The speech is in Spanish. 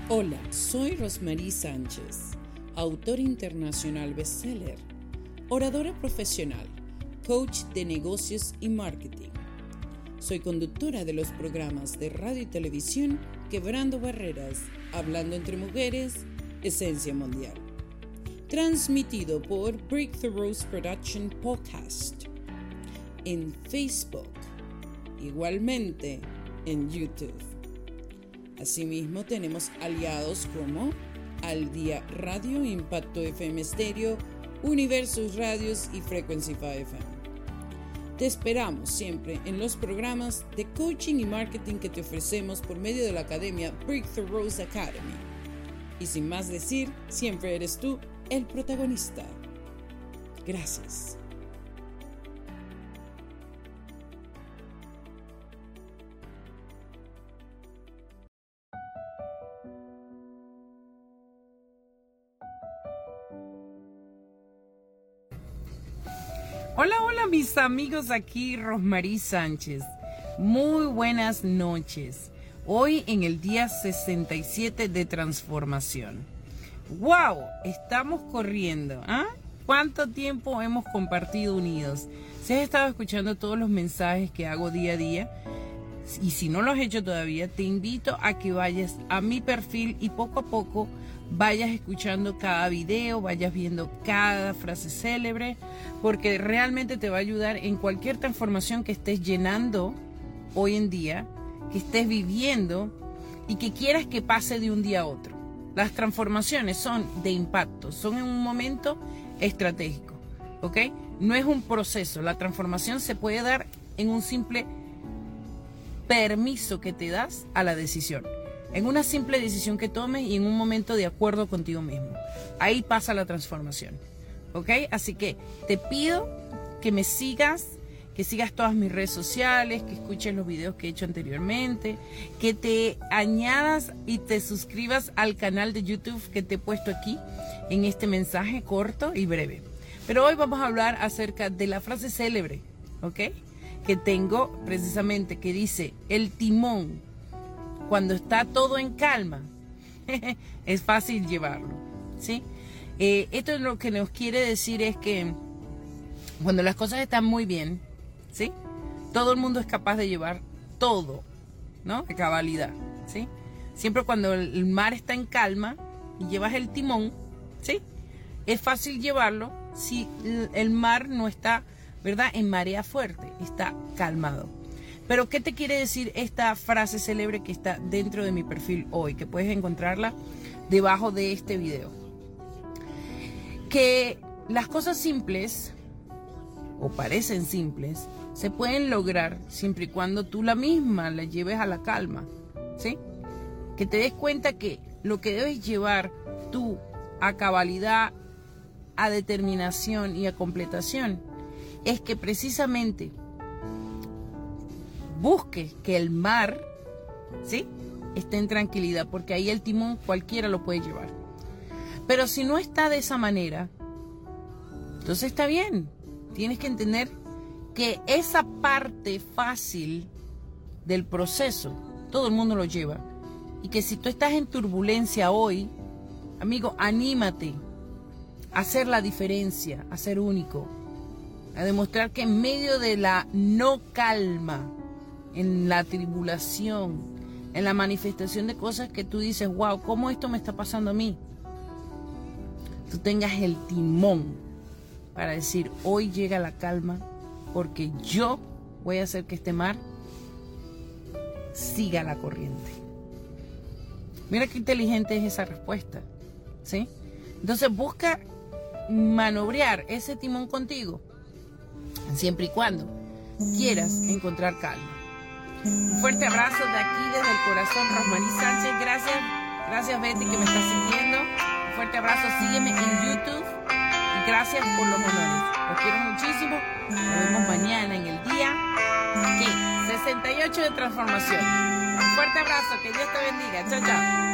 Hola, soy Rosmarie Sánchez, autor internacional bestseller, oradora profesional, coach de negocios y marketing. Soy conductora de los programas de radio y televisión Quebrando Barreras, Hablando entre Mujeres, Esencia Mundial. Transmitido por Breakthroughs Production Podcast en Facebook, igualmente en YouTube. Asimismo, tenemos aliados como Al Día Radio, Impacto FM Stereo, Universos Radios y Frequencify FM. Te esperamos siempre en los programas de coaching y marketing que te ofrecemos por medio de la academia Breakthroughs Academy. Y sin más decir, siempre eres tú el protagonista. Gracias. Hola mis amigos, aquí Rosmarie Sánchez. Muy buenas noches. Hoy en el día 67 de transformación. ¡Wow! Estamos corriendo. ¿Cuánto tiempo hemos compartido unidos? Si has estado escuchando todos los mensajes que hago día a día, y si no lo has hecho todavía, te invito a que vayas a mi perfil y poco a poco vayas escuchando cada video, vayas viendo cada frase célebre, porque realmente te va a ayudar en cualquier transformación que estés llenando hoy en día, que estés viviendo y que quieras que pase de un día a otro. Las transformaciones son de impacto, son en un momento estratégico, ¿ok? No es un proceso, la transformación se puede dar en un simple permiso que te das a la decisión. En una simple decisión que tomes y en un momento de acuerdo contigo mismo. Ahí pasa la transformación, ¿ok? Así que te pido que me sigas, que sigas todas mis redes sociales, que escuches los videos que he hecho anteriormente, que te añadas y te suscribas al canal de YouTube que te he puesto aquí en este mensaje corto y breve. Pero hoy vamos a hablar acerca de la frase célebre, ¿ok? Que tengo precisamente, que dice: el timón, cuando está todo en calma, es fácil llevarlo, ¿sí? Esto lo que nos quiere decir es que cuando las cosas están muy bien, ¿sí? Todo el mundo es capaz de llevar todo, ¿no? A cabalidad, ¿sí? Siempre cuando el mar está en calma y llevas el timón, ¿sí? Es fácil llevarlo si el mar no está, ¿verdad?, en marea fuerte, está calmado. Pero ¿qué te quiere decir esta frase célebre que está dentro de mi perfil hoy? Que puedes encontrarla debajo de este video. Que las cosas simples, o parecen simples, se pueden lograr siempre y cuando tú la misma la lleves a la calma, ¿sí? Que te des cuenta que lo que debes llevar tú a cabalidad, a determinación y a completación es que precisamente busques que el mar, ¿sí?, esté en tranquilidad, porque ahí el timón cualquiera lo puede llevar. Pero si no está de esa manera, entonces está bien. Tienes que entender que esa parte fácil del proceso, todo el mundo lo lleva. Y que si tú estás en turbulencia hoy, amigo, anímate a hacer la diferencia, a ser único, a demostrar que en medio de la no calma, en la tribulación, en la manifestación de cosas que tú dices, wow, ¿cómo esto me está pasando a mí? Tú tengas el timón para decir, hoy llega la calma, porque yo voy a hacer que este mar siga la corriente. Mira qué inteligente es esa respuesta, ¿sí? Entonces busca manobrear ese timón contigo, siempre y cuando quieras encontrar calma. Un fuerte abrazo de aquí desde el corazón, Rosmarie Sánchez. Gracias Betty que me está siguiendo. Un fuerte abrazo, sígueme en YouTube y gracias por los honores. Los quiero muchísimo. Nos vemos mañana en el día 68 de transformación. Un fuerte abrazo, que Dios te bendiga. Chao, chao.